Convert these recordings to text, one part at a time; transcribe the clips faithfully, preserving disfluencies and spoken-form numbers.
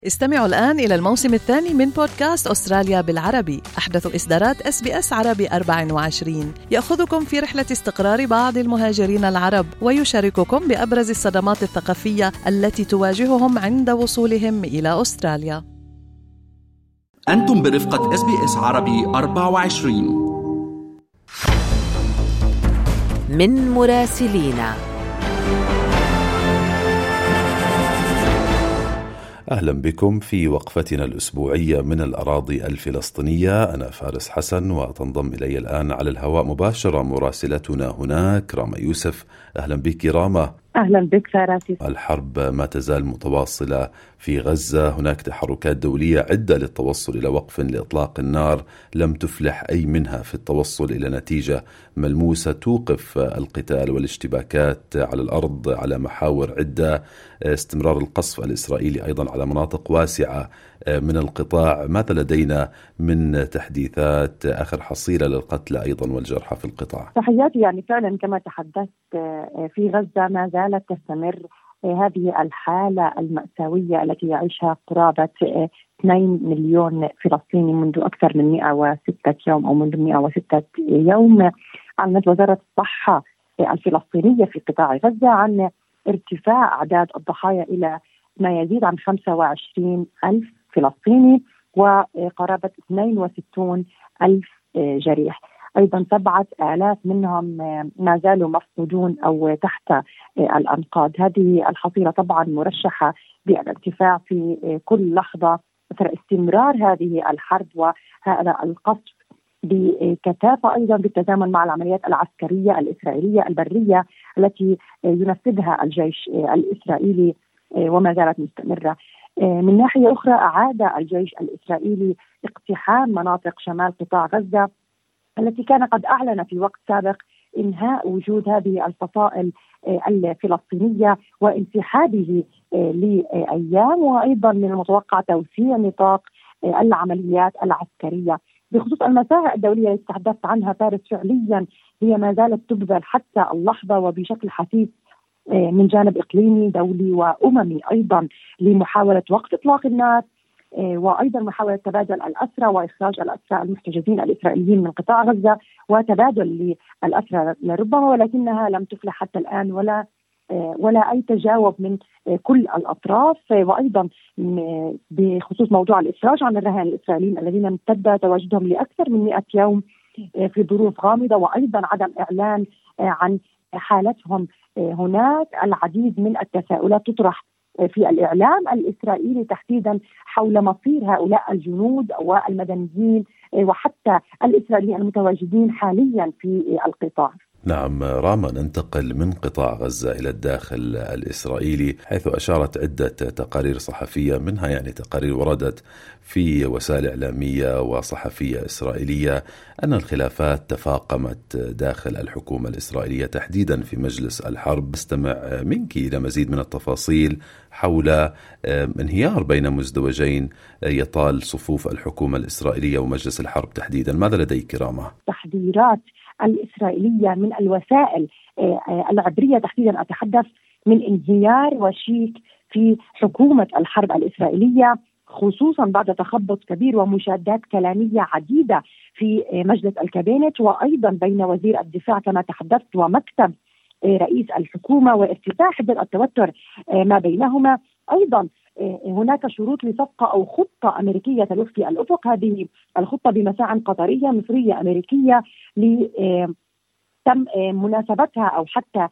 استمعوا الآن إلى الموسم الثاني من بودكاست أستراليا بالعربي، أحدث إصدارات إس بي إس عربي أربعة وعشرين، يأخذكم في رحلة استقرار بعض المهاجرين العرب ويشارككم بأبرز الصدمات الثقافية التي تواجههم عند وصولهم إلى أستراليا. أنتم برفقة إس بي إس عربي أربعة وعشرين. من مراسلينا. أهلا بكم في وقفتنا الأسبوعية من الأراضي الفلسطينية. أنا فارس حسن، وتنضم إلي الآن على الهواء مباشرة مراسلتنا هناك راما يوسف. أهلا بك راما. أهلا بك فارس. الحرب ما تزال متواصلة في غزة، هناك تحركات دولية عدة للتوصل إلى وقف لإطلاق النار، لم تفلح أي منها في التوصل إلى نتيجة ملموسة توقف القتال والاشتباكات على الأرض على محاور عدة، استمرار القصف الإسرائيلي أيضا على مناطق واسعة من القطاع. ماذا لدينا من تحديثات؟ آخر حصيلة للقتلى أيضا والجرحى في القطاع. تحياتي. يعني فعلا كما تحدثت، في غزة ما زالت تستمر هذه الحالة المأساوية التي يعيشها قرابة اثنين مليون فلسطيني منذ أكثر من مئة وستة يوم أو منذ مئة وستة يوم. أعلنت وزارة الصحة الفلسطينية في قطاع غزة عن ارتفاع أعداد الضحايا إلى ما يزيد عن خمسة وعشرين ألف فلسطيني وقرابة اثنين وستين ألف جريح. أيضا سبعة آلاف منهم ما زالوا مفقودون أو تحت الأنقاض. هذه الحصيلة طبعا مرشحة بالارتفاع في كل لحظة أثر استمرار هذه الحرب وهذا القصف بكثافة، أيضا بالتزامن مع العمليات العسكرية الإسرائيلية البرية التي ينفذها الجيش الإسرائيلي وما زالت مستمرة. من ناحية أخرى، أعاد الجيش الإسرائيلي اقتحام مناطق شمال قطاع غزة التي كان قد أعلن في وقت سابق إنهاء وجود هذه الفصائل الفلسطينية وانسحابه لأيام، وأيضا من المتوقع توسيع نطاق العمليات العسكرية. بخصوص المساعي الدولية التي تحدثت عنها فارس، فعليا هي ما زالت تبذل حتى اللحظة وبشكل حثيث من جانب إقليمي دولي وأممي أيضا لمحاولة وقف إطلاق النار، وأيضا محاولة تبادل الأسرى وإخراج الأسرى المحتجزين الإسرائيليين من قطاع غزة وتبادل للأسرى لربما، ولكنها لم تفلح حتى الآن ولا ولا أي تجاوب من كل الأطراف. وأيضا بخصوص موضوع الإفراج عن الرهائن الإسرائيليين الذين امتد تواجدهم لأكثر من مئة يوم في ظروف غامضة، وأيضا عدم إعلان عن حالتهم هناك. العديد من التساؤلات تطرح في الإعلام الإسرائيلي تحديدا حول مصير هؤلاء الجنود والمدنيين وحتى الإسرائيليين المتواجدين حاليا في القطاع. نعم راما، ننتقل من قطاع غزة إلى الداخل الإسرائيلي، حيث أشارت عدة تقارير صحفية، منها يعني تقارير وردت في وسائل إعلامية وصحفية إسرائيلية، أن الخلافات تفاقمت داخل الحكومة الإسرائيلية تحديدا في مجلس الحرب. استمع منك إلى مزيد من التفاصيل حول انهيار بين مزدوجين يطال صفوف الحكومة الإسرائيلية ومجلس الحرب تحديدا. ماذا لديك راما؟ تحذيرات الإسرائيلية من الوسائل العبرية تحديدا، أتحدث من انهيار وشيك في حكومة الحرب الإسرائيلية، خصوصا بعد تخبط كبير ومشادات كلامية عديدة في مجلس الكابينت، وأيضا بين وزير الدفاع كما تحدثت ومكتب رئيس الحكومة، وارتفاع حدة التوتر ما بينهما. أيضا هناك شروط لصفقة أو خطة أمريكية تلف في الأفق. هذه الخطة بمساعٍ قطرية مصرية أمريكية تم مناسبتها أو حتى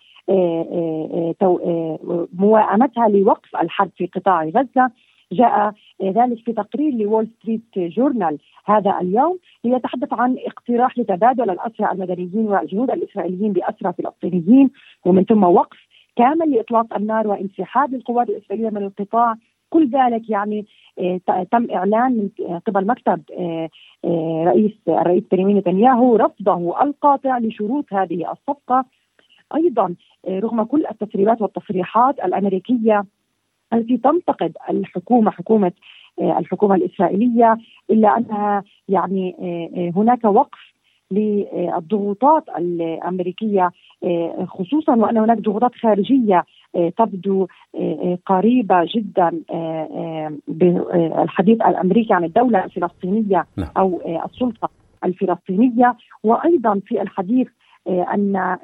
موائمتها لوقف الحرب في قطاع غزة. جاء ذلك في تقرير لوول ستريت جورنال هذا اليوم، ليتحدث عن اقتراح لتبادل الأسرى المدنيين والجنود الإسرائيليين بأسرى فلسطينيين، ومن ثم وقف كامل لإطلاق النار وانسحاب القوات الإسرائيلية من القطاع. كل ذلك يعني تم إعلان من قبل مكتب رئيس الرئيس بنيامين نتنياهو رفضه القاطع لشروط هذه الصفقة. أيضا رغم كل التسريبات والتصريحات الأمريكية التي تنتقد الحكومة حكومة الحكومة الإسرائيلية، إلا أنها يعني هناك وقف للضغوطات الأمريكية، خصوصا وأن هناك ضغوطات خارجية تبدو قريبة جدا بالحديث الأمريكي عن الدولة الفلسطينية أو السلطة الفلسطينية، وأيضا في الحديث أن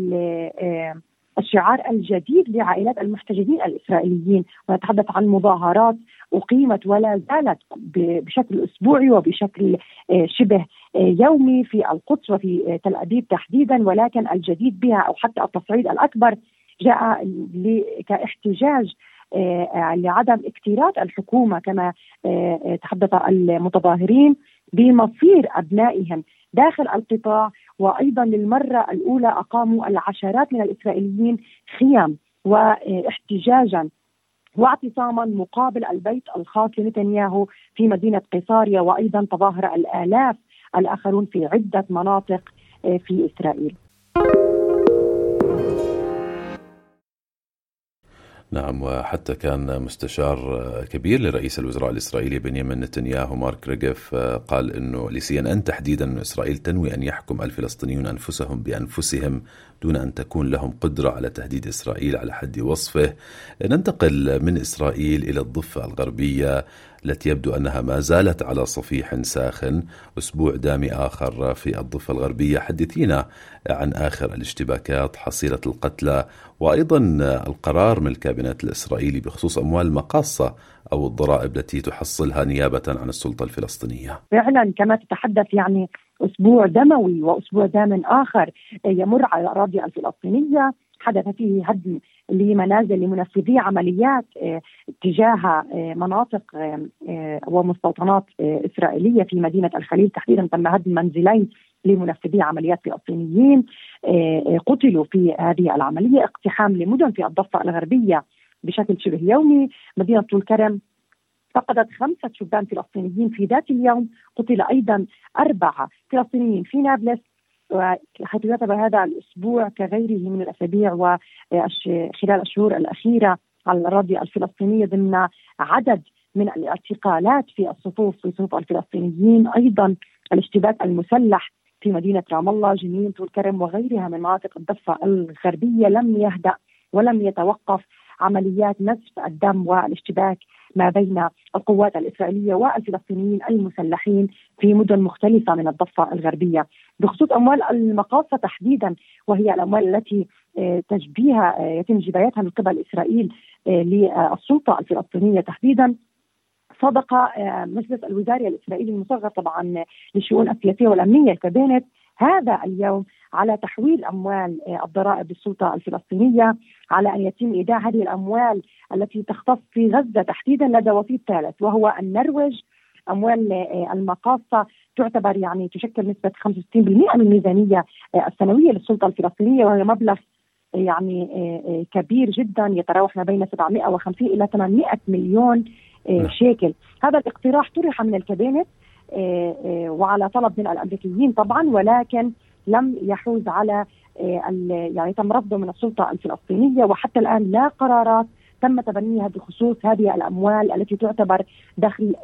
الشعار الجديد لعائلات المحتجزين الإسرائيليين، ونتحدث عن مظاهرات أقيمت ولا زالت بشكل أسبوعي وبشكل شبه يومي في القدس وفي تل أبيب تحديدا، ولكن الجديد بها أو حتى التصعيد الأكبر جاء كاحتجاج لعدم اكتراث الحكومة كما تحدث المتظاهرين بمصير أبنائهم داخل القطاع. وأيضا للمرة الأولى أقاموا العشرات من الإسرائيليين خيام واحتجاجا واعتصاما مقابل البيت الخاص لنتنياهو في مدينة قيصاريا، وأيضا تظاهر الآلاف الآخرون في عدة مناطق في إسرائيل. نعم، وحتى كان مستشار كبير لرئيس الوزراء الإسرائيلي بنيامين نتنياهو مارك ريغف قال أنه لسي إن إن تحديدا أن إسرائيل تنوي أن يحكم الفلسطينيون أنفسهم بأنفسهم دون أن تكون لهم قدرة على تهديد إسرائيل على حد وصفه. ننتقل من إسرائيل إلى الضفة الغربية التي يبدو أنها ما زالت على صفيح ساخن. أسبوع دامي آخر في الضفة الغربية، حدثينا عن آخر الاشتباكات، حصيلة القتلى، وأيضا القرار من الكابينت الإسرائيلي بخصوص أموال المقاصة أو الضرائب التي تحصلها نيابة عن السلطة الفلسطينية. فعلا كما تتحدث يعني أسبوع دموي وأسبوع دام آخر يمر على الأراضي الفلسطينية، حدث فيه هدم لمنازل لمنفذي عمليات تجاه مناطق ومستوطنات إسرائيلية في مدينة الخليل تحديدا. تم هدم منزلين لمنفذي عمليات فلسطينيين قتلوا في هذه العملية. اقتحام لمدن في الضفة الغربية بشكل شبه يومي. مدينة طول كرم فقدت خمسة شبان فلسطينيين في ذات اليوم، قتل أيضا أربعة فلسطينيين في نابلس. وحيث يعتبر هذا الأسبوع كغيره من الأسابيع وخلال الشهور الأخيرة على الأراضي الفلسطينية ضمن عدد من الاعتقالات في الصفوف في صفوف الفلسطينيين. أيضا الاشتباك المسلح في مدينة رام الله، جنين، طول كرم وغيرها من مناطق الضفة الغربية لم يهدأ ولم يتوقف عمليات نزف الدم والاشتباك ما بين القوات الإسرائيلية والفلسطينيين المسلحين في مدن مختلفة من الضفة الغربية. بخصوص أموال المقاصة تحديدا، وهي الأموال التي تجبيها يتم جبايتها من قبل إسرائيل للسلطة الفلسطينية تحديدا، صدق مجلس الوزاري الإسرائيلي المصغر طبعا للشؤون السياسية والأمنية الكابينت هذا اليوم على تحويل أموال الضرائب للسلطة الفلسطينية، على أن يتم إيداع هذه الأموال التي تختص في غزة تحديدا لدى وسيط ثالث وهو النرويج. أموال المقاصة تعتبر يعني تشكل نسبة خمسة وستين بالمئة من الميزانية السنوية للسلطة الفلسطينية، وهي مبلغ يعني كبير جدا يتراوح ما بين سبعمئة وخمسين إلى ثمانمئة مليون شيكل. هذا الاقتراح طرح من الكابينت وعلى طلب من الأمريكيين طبعا، ولكن لم يحوز على يعني تم رفضه من السلطة الفلسطينية، وحتى الآن لا قرارات تم تبنيها بخصوص هذه الأموال التي تعتبر دخل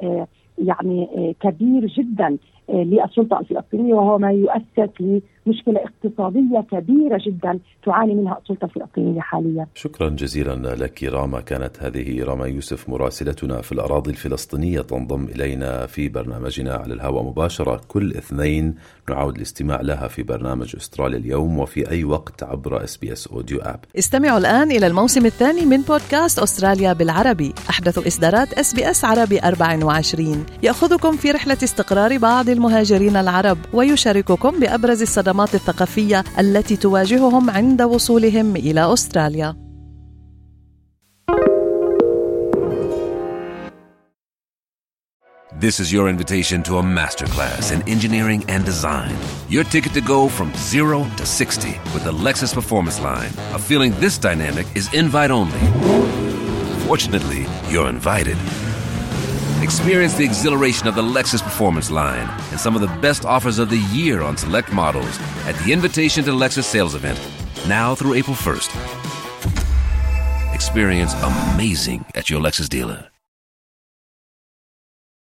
يعني كبير جدا للسلطة الفلسطينية، وهو ما يؤسس لمشكلة اقتصادية كبيرة جدا تعاني منها السلطة الفلسطينية حاليا. شكرا جزيلا لك راما. كانت هذه راما يوسف مراسلتنا في الأراضي الفلسطينية تنضم إلينا في برنامجنا على الهواء مباشرة كل اثنين. نعود الاستماع لها في برنامج أستراليا اليوم وفي أي وقت عبر اس بي اس أوديو آب. استمعوا الآن إلى الموسم الثاني من بودكاست أستراليا بالعربي، أحدث إصدارات اس بي اس عربي أربعة وعشرين، يأخذكم في رحلة استقرار بعض المهاجرين العرب ويشارككم بأبرز الصدمات الثقافية التي تواجههم عند وصولهم إلى أستراليا. This is your invitation to a masterclass in engineering and design. Your ticket to go from zero to sixty with the Lexus Performance Line. A feeling this dynamic is invite only. Fortunately, you're invited. Experience the exhilaration of the Lexus Performance Line and some of the best offers of the year on select models at the Invitation to Lexus sales event, now through April first. Experience amazing at your Lexus dealer.